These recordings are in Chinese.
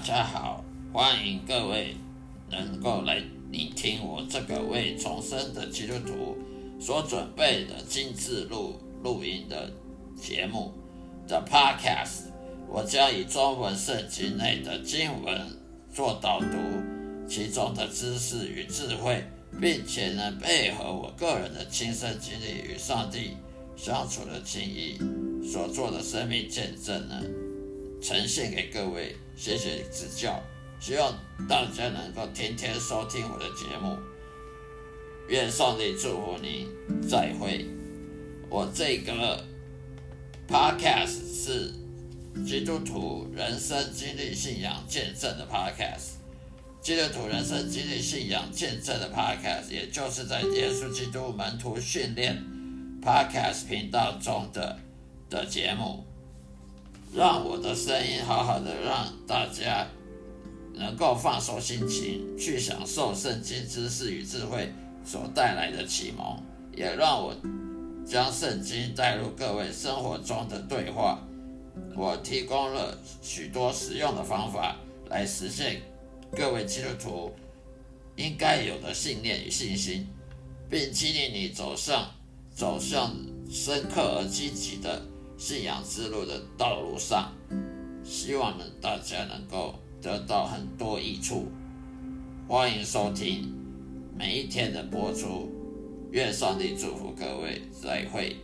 家好，欢迎各位能够来聆听我这个为重生的基督徒所准备的精致录音的节目的 Podcast。我将以中文圣经内的经文做导读，其中的知识与智慧，并且能配合我个人的亲身经历与上帝相处的经历所做的生命见证呢，呈现给各位，谢谢指教。希望大家能够天天收听我的节目，愿上帝祝福你，再会。我这个 podcast 是基督徒人生经历信仰见证的 podcast， 基督徒人生经历信仰见证的 podcast， 也就是在耶稣基督门徒训练 podcast 频道中的节目，让我的声音好好的让大家能够放松心情，去享受圣经知识与智慧所带来的启蒙，也让我将圣经带入各位生活中的对话。我提供了许多实用的方法来实现各位基督徒应该有的信念与信心，并激励你走向深刻而积极的信仰之路的道路上。希望大家能够得到很多益处。欢迎收听每一天的播出，愿上帝祝福各位，再会。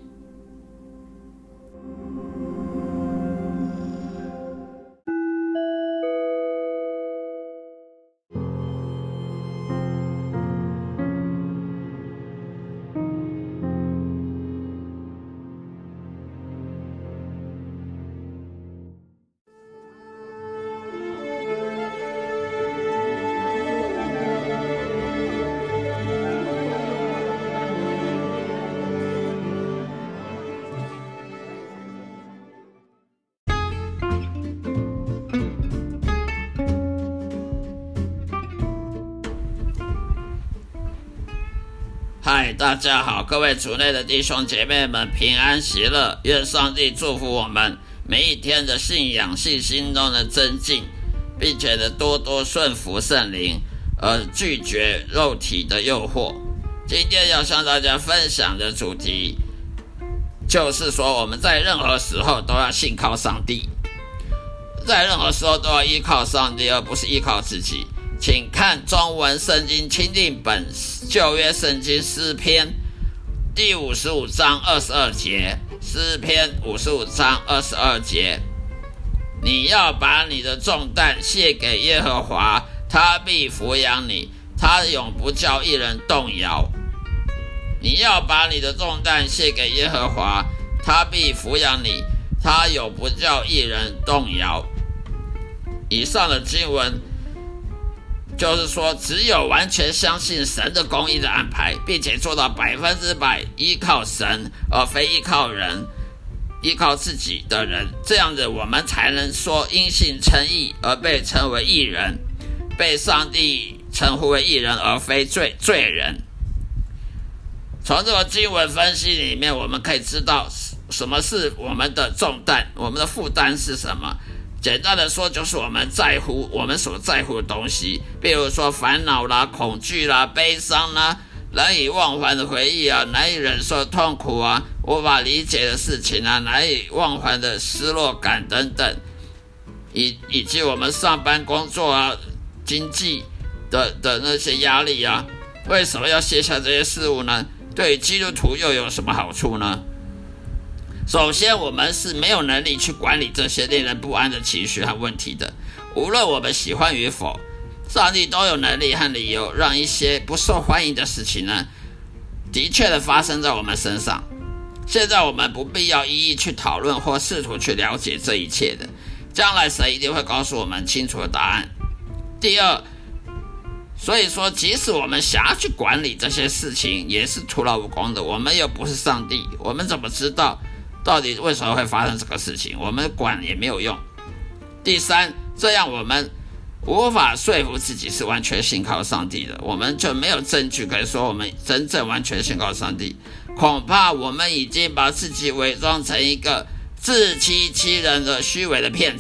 嗨，大家好，各位主内的弟兄姐妹们平安喜乐，愿上帝祝福我们每一天的信仰信心中的增进，并且多多顺服圣灵，而拒绝肉体的诱惑。今天要向大家分享的主题就是说，我们在任何时候都要信靠上帝，在任何时候都要依靠上帝，而不是依靠自己。请看中文圣经钦定本旧约圣经诗篇第55章22节，诗篇55章22节，你要把你的重担卸给耶和华，他必抚养你，他永不叫一人动摇。你要把你的重担卸给耶和华，他必抚养你，他永不叫一人动摇。以上的经文就是说，只有完全相信神的公义的安排，并且做到100%依靠神，而非依靠人、依靠自己的人，这样子我们才能说因信称义，而被称为义人，被上帝称呼为义人，而非罪人。从这个经文分析里面，我们可以知道什么是我们的重担，我们的负担是什么。简单的说，就是我们所在乎的东西，比如说烦恼啦、恐惧啦、悲伤啦、难以忘怀的回忆啊、难以忍受的痛苦啊、无法理解的事情啊、难以忘怀的失落感等等，以及我们上班工作啊、经济的那些压力啊，为什么要卸下这些事物呢？对于基督徒又有什么好处呢？首先，我们是没有能力去管理这些令人不安的情绪和问题的。无论我们喜欢与否，上帝都有能力和理由让一些不受欢迎的事情呢，的确的发生在我们身上。现在我们不必要一一去讨论或试图去了解这一切的，将来神一定会告诉我们清楚的答案。第二，所以说即使我们想要去管理这些事情，也是徒劳无功的。我们又不是上帝，我们怎么知道到底为什么会发生这个事情？我们管也没有用。第三，这样我们无法说服自己是完全信靠上帝的，我们就没有证据可以说我们真正完全信靠上帝。恐怕我们已经把自己伪装成一个自欺欺人的虚伪的骗子，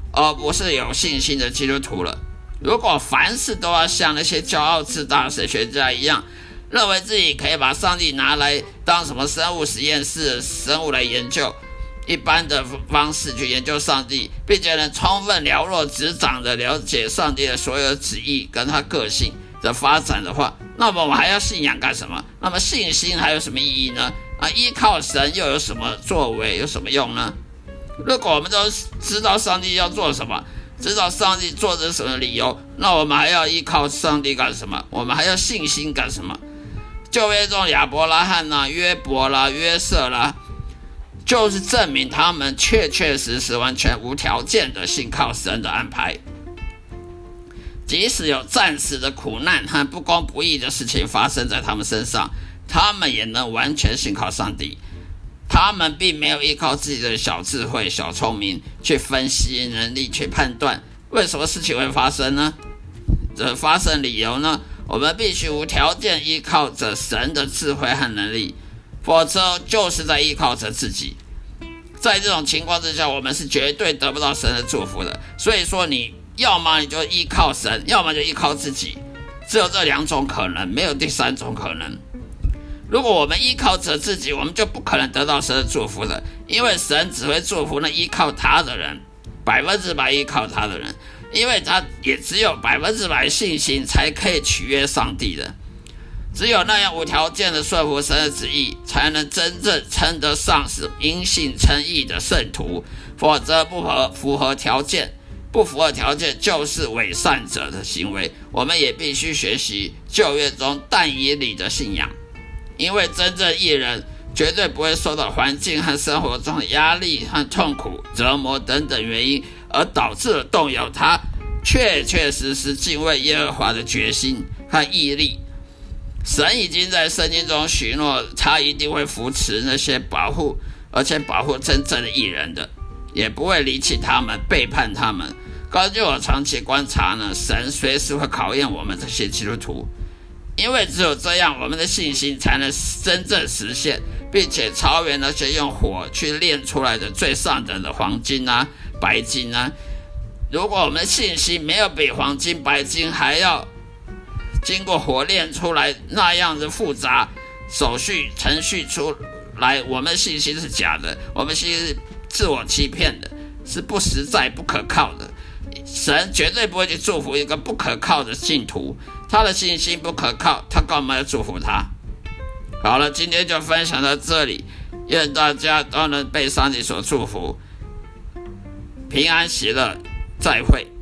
而不是有信心的基督徒了。如果凡事都要像那些骄傲自大的神学家一样，认为自己可以把上帝拿来当什么生物实验室的生物来研究，一般的方式去研究上帝，并且能充分了若指掌的了解上帝的所有旨意跟他个性的发展的话，那么我们还要信仰干什么？那么信心还有什么意义呢？依靠神又有什么作为，有什么用呢？如果我们都知道上帝要做什么，知道上帝做的什么理由，那我们还要依靠上帝干什么？我们还要信心干什么？旧约中亚伯拉罕啦、约伯啦、约瑟啦，就是证明他们确实完全无条件的信靠神的安排，即使有暂时的苦难和不公不义的事情发生在他们身上，他们也能完全信靠上帝。他们并没有依靠自己的小智慧、小聪明去分析能力、去判断为什么事情会发生呢？发生理由呢？我们必须无条件依靠着神的智慧和能力，否则就是在依靠着自己。在这种情况之下，我们是绝对得不到神的祝福的。所以说，你要么你就依靠神，要么就依靠自己，只有这两种可能，没有第三种可能。如果我们依靠着自己，我们就不可能得到神的祝福的，因为神只会祝福那依靠他的人，100%依靠他的人，因为他也只有100%信心才可以取悦上帝的。只有那样无条件的顺服神的旨意，才能真正称得上是因信称义的圣徒，否则不符合条件就是伪善者的行为。我们也必须学习旧约中但以理的信仰，因为真正义人绝对不会受到环境和生活中的压力和痛苦、折磨等等原因而导致了动摇他确实敬畏耶和华的决心和毅力。神已经在圣经中许诺，他一定会扶持那些而且保护真正的义人的，也不会离弃他们、背叛他们。根据我长期观察呢，神随时会考验我们这些基督徒，因为只有这样，我们的信心才能真正实现，并且超越那些用火去炼出来的最上等的黄金啊、白金啊。如果我们的信心没有比黄金、白金还要经过火炼出来那样的复杂手续程序出来，我们信心是假的，我们信心是自我欺骗的，是不实在、不可靠的。神绝对不会去祝福一个不可靠的信徒，他的信心不可靠，他干嘛要祝福他？好了，今天就分享到这里，愿大家都能被上帝所祝福，平安喜乐，再会。